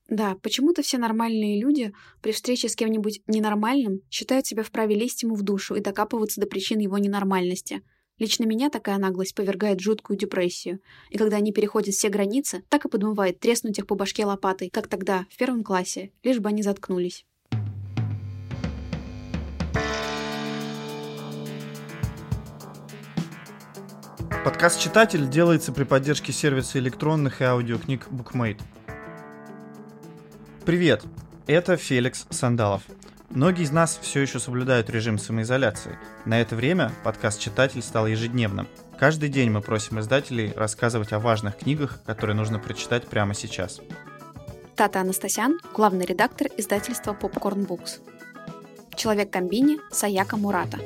Да, почему-то все нормальные люди при встрече с кем-нибудь ненормальным считают себя вправе лезть ему в душу и докапываться до причин его ненормальности. Лично меня такая наглость повергает в жуткую депрессию. И когда они переходят все границы, так и подмывает треснуть их по башке лопатой, как тогда, в 1 классе, лишь бы они заткнулись. Подкаст «Читатель» делается при поддержке сервиса электронных и аудиокниг BookMate. Привет, это Феликс Сандалов. Многие из нас все еще соблюдают режим самоизоляции. На это время подкаст «Читатель» стал ежедневным. Каждый день мы просим издателей рассказывать о важных книгах, которые нужно прочитать прямо сейчас. Тата Анастасян, главный редактор издательства Popcorn Books. Человек комбини Саяка Мурата.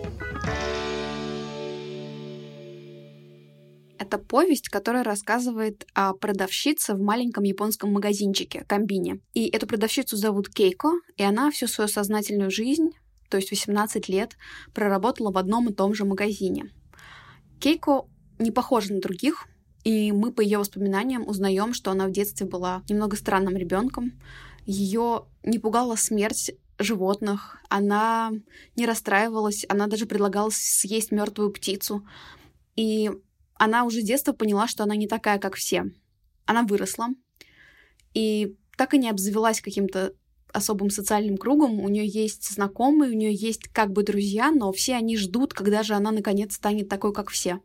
Это повесть, которая рассказывает о продавщице в маленьком японском магазинчике комбини. И эту продавщицу зовут Кейко, и она всю свою сознательную жизнь, то есть 18 лет, проработала в одном и том же магазине. Кейко не похожа на других, и мы по ее воспоминаниям узнаем, что она в детстве была немного странным ребенком. Ее не пугала смерть животных, она не расстраивалась, она даже предлагала съесть мертвую птицу. И она уже с детства поняла, что она не такая, как все. Она выросла и так и не обзавелась каким-то особым социальным кругом. У нее есть знакомые, у нее есть как бы друзья, но все они ждут, когда же она наконец станет такой, как все.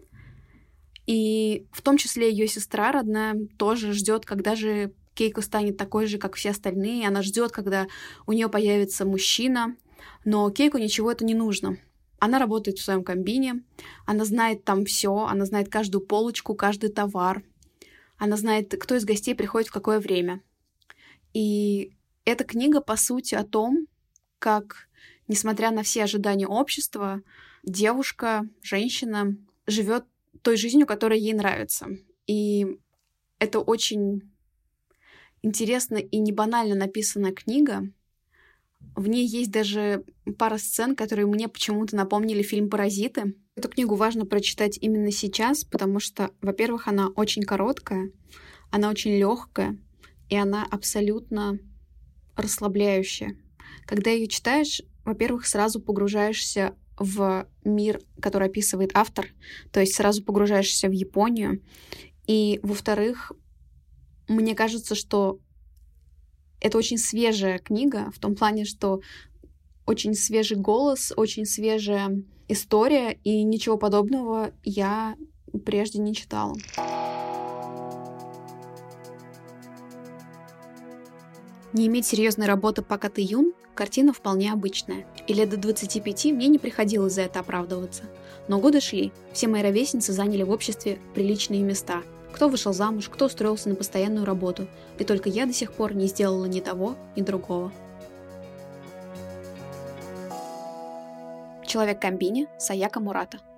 И в том числе ее сестра родная тоже ждет, когда же Кейко станет такой же, как все остальные. Она ждет, когда у нее появится мужчина, но Кейко ничего это не нужно. Она работает в своем комбине, она знает там все, она знает каждую полочку, каждый товар. Она знает, кто из гостей приходит в какое время. И эта книга, по сути, о том, как, несмотря на все ожидания общества, девушка, женщина живет той жизнью, которая ей нравится. И это очень интересно и не банально написанная книга. В ней есть даже пара сцен, которые мне почему-то напомнили фильм «Паразиты». Эту книгу важно прочитать именно сейчас, потому что, во-первых, она очень короткая, она очень легкая, и она абсолютно расслабляющая. Когда ее читаешь, во-первых, сразу погружаешься в мир, который описывает автор, то есть сразу погружаешься в Японию. И, во-вторых, мне кажется, что это очень свежая книга, в том плане, что очень свежий голос, очень свежая история, и ничего подобного я прежде не читала. Не иметь серьезной работы, пока ты юн, картина вполне обычная. И лет до 25 мне не приходилось за это оправдываться. Но годы шли, все мои ровесницы заняли в обществе приличные места. Кто вышел замуж, кто устроился на постоянную работу. И только я до сих пор не сделала ни того, ни другого. Человек комбини Саяка Мурата.